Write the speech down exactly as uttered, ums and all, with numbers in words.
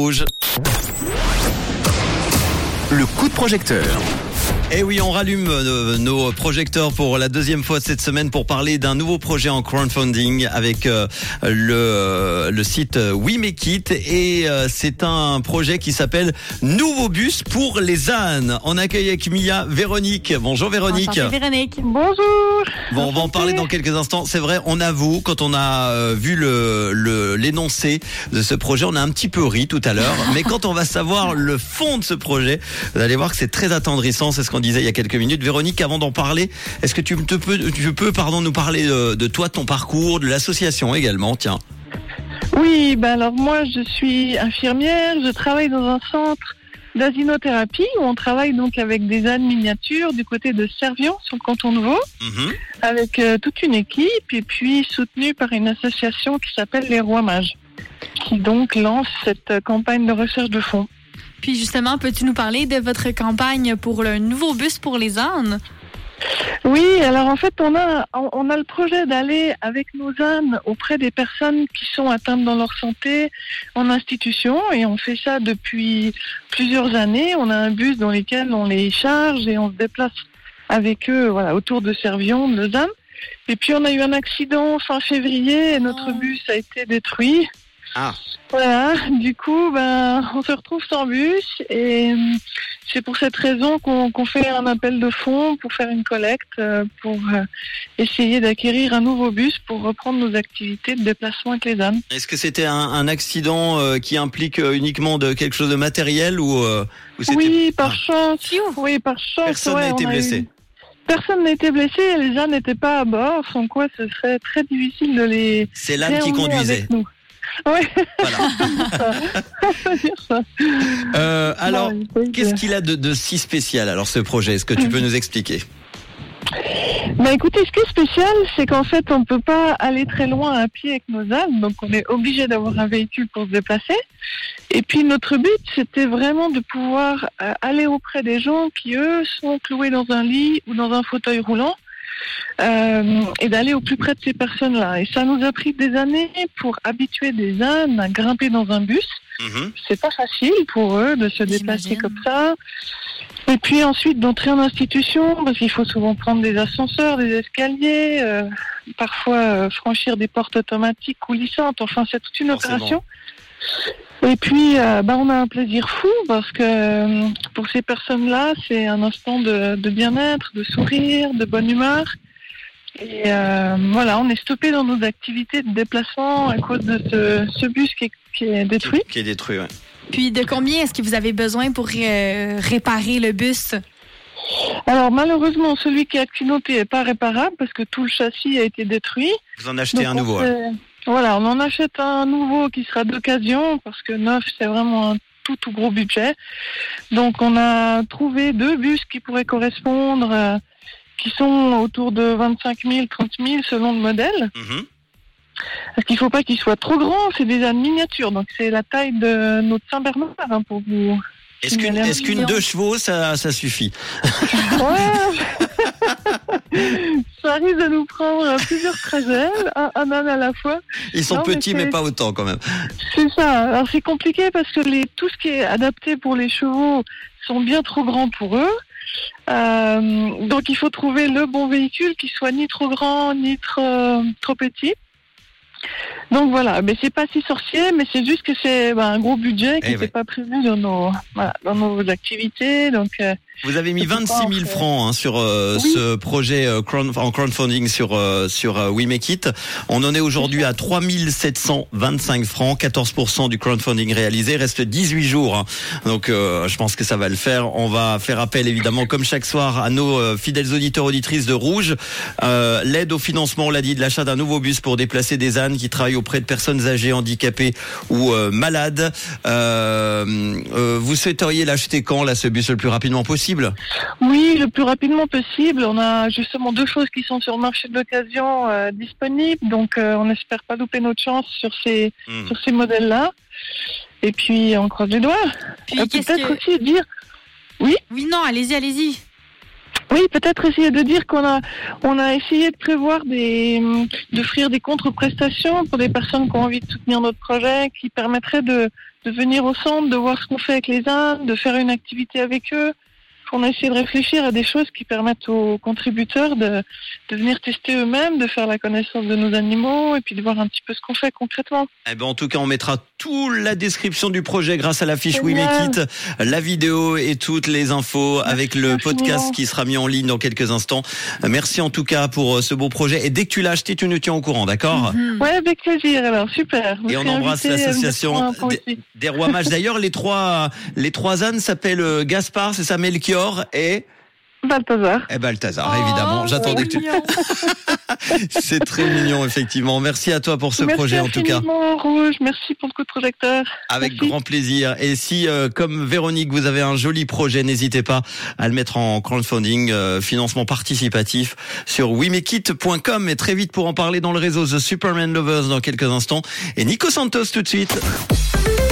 Rouge. Le coup de projecteur. Et oui, on rallume euh, nos projecteurs pour la deuxième fois cette semaine pour parler d'un nouveau projet en crowdfunding avec euh, le, euh, le site We Make It. Et euh, c'est un projet qui s'appelle Nouveau bus pour les ânes. On accueille avec Mia Véronique. Bonjour Véronique. Enchantée, Véronique. Bonjour. Bon, on va en parler dans quelques instants. C'est vrai, on avoue, quand on a euh, vu le, le l'énoncé de ce projet, on a un petit peu ri tout à l'heure. Mais quand on va savoir le fond de ce projet, vous allez voir que c'est très attendrissant. C'est ce qu'on disait il y a quelques minutes. Véronique, avant d'en parler, est-ce que tu te peux, tu peux, pardon, nous parler de, de toi, de ton parcours, de l'association également, tiens. Oui, ben alors moi je suis infirmière, je travaille dans un centre d'asinothérapie où on travaille donc avec des ânes miniatures du côté de Servion, sur le canton de Vaud, Mm-hmm. avec euh, toute une équipe et puis soutenue par une association qui s'appelle les Rois Mages, qui donc lance cette euh, campagne de recherche de fonds. Puis justement, peux-tu nous parler de votre campagne pour le nouveau bus pour les ânes? Oui, alors en fait, on a on a le projet d'aller avec nos ânes auprès des personnes qui sont atteintes dans leur santé en institution, et on fait ça depuis plusieurs années. On a un bus dans lequel on les charge et on se déplace avec eux, voilà, autour de Servion, de Lausanne. Et puis on a eu un accident fin février et notre Oh. bus a été détruit. Ah. Voilà, du coup, ben, on se retrouve sans bus et euh, c'est pour cette raison qu'on, qu'on fait un appel de fonds pour faire une collecte, euh, pour euh, essayer d'acquérir un nouveau bus pour reprendre nos activités de déplacement avec les ânes. Est-ce que c'était un, un accident euh, qui implique euh, uniquement de quelque chose de matériel ou, euh, ou c'était... Oui, par Ah. chance. Pfiou. Oui, par chance. Personne ouais, n'a été on a blessé. eu- Personne n'a été blessé et les ânes n'étaient pas à bord, sans quoi ce serait très difficile de les C'est l'âne qui réemmener conduisait. avec nous. Oui, Voilà. on peut dire ça. Euh, alors, Non, il faut qu'est-ce dire. qu'il a de, de si spécial alors ce projet? Est-ce que tu peux nous expliquer? Bah écoutez, ce qui est spécial, c'est qu'en fait, on ne peut pas aller très loin à pied avec nos ânes, donc on est obligé d'avoir un véhicule pour se déplacer. Et puis notre but, c'était vraiment de pouvoir euh, aller auprès des gens qui, eux, sont cloués dans un lit ou dans un fauteuil roulant, euh, et d'aller au plus près de ces personnes-là. Et ça nous a pris des années pour habituer des ânes à grimper dans un bus. Mhm. C'est pas facile pour eux de se déplacer J'imagine. comme ça. Et puis ensuite d'entrer en institution, parce qu'il faut souvent prendre des ascenseurs, des escaliers, euh, parfois euh, franchir des portes automatiques coulissantes. Enfin, c'est toute une Forcément. opération. Et puis, euh, bah, on a un plaisir fou parce que euh, pour ces personnes-là, c'est un instant de, de bien-être, de sourire, de bonne humeur. Et euh, voilà, on est stoppé dans nos activités de déplacement à cause de ce, ce bus qui est, qui est détruit. Qui est détruit, ouais. Puis de combien est-ce que vous avez besoin pour euh, réparer le bus? Alors malheureusement, celui qui est accidenté n'est pas réparable parce que tout le châssis a été détruit. Vous en achetez Donc, un on nouveau. fait- alors. Voilà, on en achète un nouveau qui sera d'occasion parce que neuf, c'est vraiment un tout tout gros budget. Donc on a trouvé deux bus qui pourraient correspondre, euh, qui sont autour de vingt-cinq mille, trente mille selon le modèle. Mhm. Parce qu'il ne faut pas qu'ils soient trop grands, c'est des ânes miniatures, donc c'est la taille de notre Saint-Bernard hein, pour vous. Est-ce qu'une, est-ce qu'une deux chevaux, ça, ça suffit? Ouais. Ça risque de nous prendre plusieurs trajets, un, un âne à la fois. Ils sont Non, mais petits, mais, c'est- pas autant quand même. C'est ça. Alors c'est compliqué parce que les, tout ce qui est adapté pour les chevaux sont bien trop grands pour eux. Euh, donc il faut trouver le bon véhicule qui soit ni trop grand ni trop, trop petit. Donc voilà, mais c'est pas si sorcier, mais c'est juste que c'est bah, un gros budget qui Eh n'était ouais. pas prévu dans nos, voilà, dans nos activités. Donc euh, Vous avez mis C'est vingt-six pourquoi mille on fait- francs hein, sur euh, Oui. ce projet euh, crowd, en crowdfunding sur euh, sur euh, We Make It. On en est aujourd'hui à trois mille sept cent vingt-cinq francs, quatorze pour cent du crowdfunding réalisé. Il reste dix-huit jours, hein. Donc euh, je pense que ça va le faire. On va faire appel évidemment, comme chaque soir, à nos euh, fidèles auditeurs auditrices de Rouge. Euh, l'aide au financement, on l'a dit, de l'achat d'un nouveau bus pour déplacer des ânes qui travaillent auprès de personnes âgées, handicapées ou euh, malades. Euh, euh, vous souhaiteriez l'acheter quand là, ce bus le plus rapidement possible? oui, le plus rapidement possible. On a justement deux choses qui sont sur le marché de l'occasion euh, disponibles, donc euh, on n'espère pas louper notre chance sur ces Hmm. sur ces modèles-là. Et puis on croise les doigts. Puis Euh, qu'est-ce peut-être que... aussi dire, Oui, non, allez-y, allez-y. oui, peut-être essayer de dire qu'on a on a essayé de prévoir des d'offrir des contre-prestations pour des personnes qui ont envie de soutenir notre projet, qui permettraient de de venir au centre, de voir ce qu'on fait avec les ânes, de faire une activité avec eux. On a essayé de réfléchir à des choses qui permettent aux contributeurs de, de venir tester eux-mêmes, de faire la connaissance de nos animaux et puis de voir un petit peu ce qu'on fait concrètement. Eh ben, en tout cas, on mettra toute la description du projet grâce à la fiche We Génial. Make It, la vidéo et toutes les infos Merci avec le podcast infiniment. qui sera mis en ligne dans quelques instants. Merci en tout cas pour ce beau projet. Et dès que tu l'as acheté, tu nous tiens au courant, d'accord? Mhm. Ouais, avec plaisir. Alors super. Vous Et on serez embrasse invités à venir l'association prendre un point des, aussi. des Rois Mages. D'ailleurs, les trois, les trois ânes s'appellent Gaspard, c'est ça, Melchior et Balthazar. eh Balthazar, Oh, évidemment. J'attendais que tu. mignon. C'est très mignon, effectivement. Merci à toi pour ce Merci projet, en tout cas. infiniment, Rouge. Merci pour le coup de projecteur. Avec Merci. grand plaisir. Et si, euh, comme Véronique, vous avez un joli projet, n'hésitez pas à le mettre en crowdfunding, euh, financement participatif sur we make it point com. Et très vite pour en parler dans le réseau The Superman Lovers dans quelques instants. Et Nico Santos tout de suite.